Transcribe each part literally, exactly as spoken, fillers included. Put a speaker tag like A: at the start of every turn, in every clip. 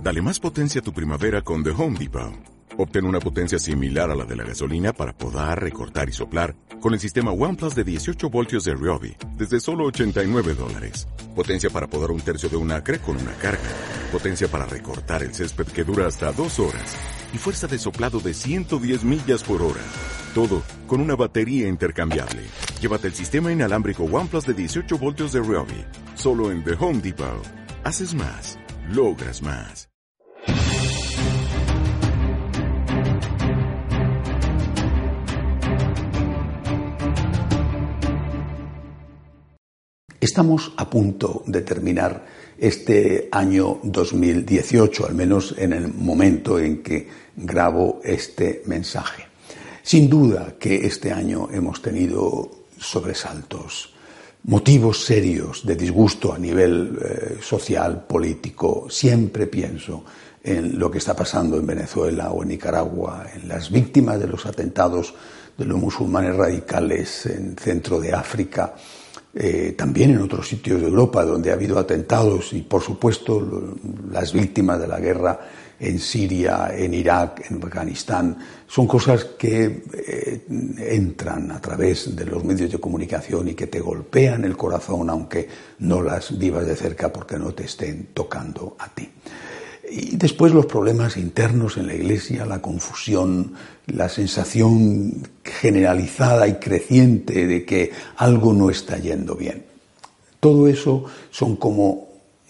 A: Dale más potencia a tu primavera con The Home Depot. Obtén una potencia similar a la de la gasolina para podar, recortar y soplar con el sistema OnePlus de dieciocho voltios de Ryobi desde solo ochenta y nueve dólares. Potencia para podar un tercio de un acre con una carga. Potencia para recortar el césped que dura hasta dos horas. Y fuerza de soplado de ciento diez millas por hora. Todo con una batería intercambiable. Llévate el sistema inalámbrico OnePlus de dieciocho voltios de Ryobi. Solo en The Home Depot. Haces más. Logras más.
B: Estamos a punto de terminar este año dos mil dieciocho, al menos en el momento en que grabo este mensaje. Sin duda que este año hemos tenido sobresaltos, motivos serios de disgusto a nivel eh, social, político. Siempre pienso en lo que está pasando en Venezuela o en Nicaragua, en las víctimas de los atentados de los musulmanes radicales en centro de África, eh, también en otros sitios de Europa donde ha habido atentados y, por supuesto, lo, las víctimas de la guerra en Siria, en Irak, en Afganistán. Son cosas que eh, entran a través de los medios de comunicación y que te golpean el corazón, aunque no las vivas de cerca porque no te estén tocando a ti. Y después los problemas internos en la Iglesia, la confusión, la sensación generalizada y creciente de que algo no está yendo bien. Todo eso son como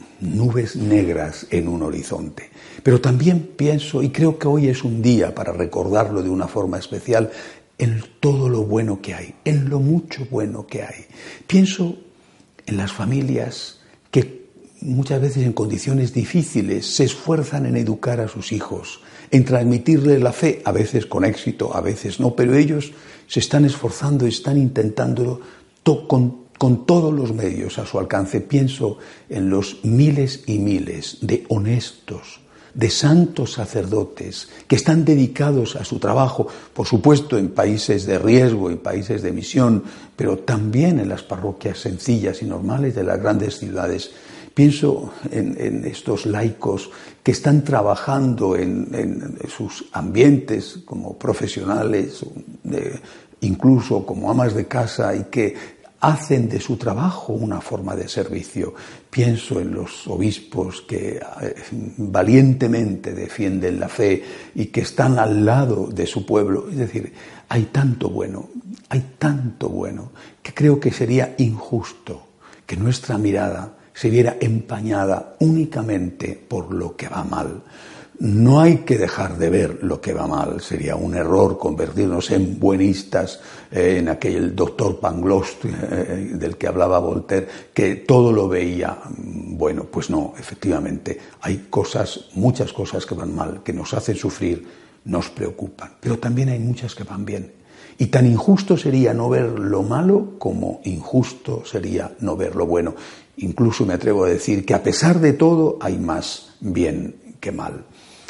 B: nubes negras en un horizonte. Pero también pienso, y creo que hoy es un día para recordarlo de una forma especial, en todo lo bueno que hay, en lo mucho bueno que hay. Pienso en las familias que muchas veces en condiciones difíciles se esfuerzan en educar a sus hijos, en transmitirles la fe, a veces con éxito, a veces no, pero ellos se están esforzando y están intentándolo to- con, con todos los medios a su alcance. Pienso en los miles y miles de honestos, de santos sacerdotes que están dedicados a su trabajo, por supuesto en países de riesgo y países de misión, pero también en las parroquias sencillas y normales de las grandes ciudades. Pienso en, en estos laicos que están trabajando en, en sus ambientes como profesionales, eh, incluso como amas de casa, y que hacen de su trabajo una forma de servicio. Pienso en los obispos que eh, valientemente defienden la fe y que están al lado de su pueblo. Es decir, hay tanto bueno, hay tanto bueno, que creo que sería injusto que nuestra mirada se viera empañada únicamente por lo que va mal. No hay que dejar de ver lo que va mal. Sería un error convertirnos en buenistas, eh, en aquel doctor Pangloss eh, del que hablaba Voltaire, que todo lo veía bueno. Pues no, efectivamente, hay cosas, muchas cosas que van mal, que nos hacen sufrir, nos preocupan. Pero también hay muchas que van bien. Y tan injusto sería no ver lo malo como injusto sería no ver lo bueno. Incluso me atrevo a decir que a pesar de todo hay más bien que mal.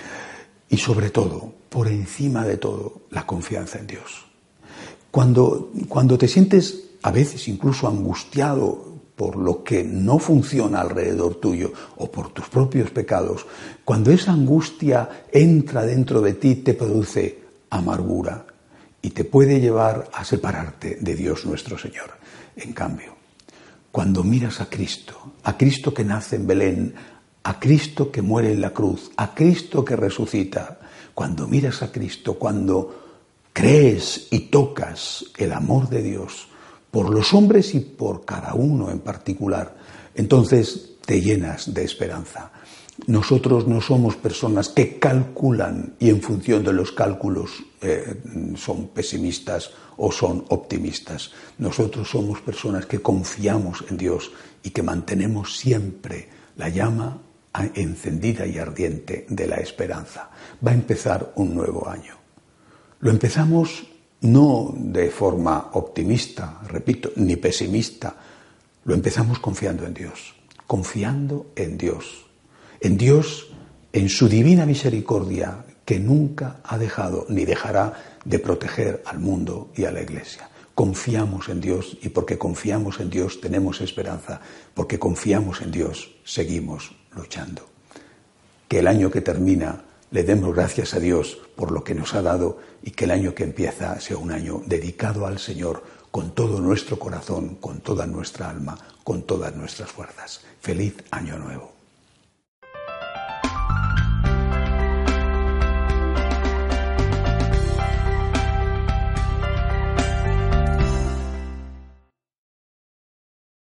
B: Y sobre todo, por encima de todo, la confianza en Dios. Cuando, cuando te sientes a veces incluso angustiado por lo que no funciona alrededor tuyo o por tus propios pecados, cuando esa angustia entra dentro de ti, te produce amargura y te puede llevar a separarte de Dios nuestro Señor. En cambio, cuando miras a Cristo, a Cristo que nace en Belén, a Cristo que muere en la cruz, a Cristo que resucita, cuando miras a Cristo, cuando crees y tocas el amor de Dios por los hombres y por cada uno en particular, entonces te llenas de esperanza. Nosotros no somos personas que calculan y en función de los cálculos eh, son pesimistas o son optimistas. Nosotros somos personas que confiamos en Dios y que mantenemos siempre la llama encendida y ardiente de la esperanza. Va a empezar un nuevo año. Lo empezamos no de forma optimista, repito, ni pesimista. Lo empezamos confiando en Dios, confiando en Dios. En Dios, en su divina misericordia, que nunca ha dejado ni dejará de proteger al mundo y a la Iglesia. Confiamos en Dios y porque confiamos en Dios tenemos esperanza. Porque confiamos en Dios seguimos luchando. que el año que termina le demos gracias a Dios por lo que nos ha dado y que el año que empieza sea un año dedicado al Señor con todo nuestro corazón, con toda nuestra alma, con todas nuestras fuerzas. Feliz Año Nuevo.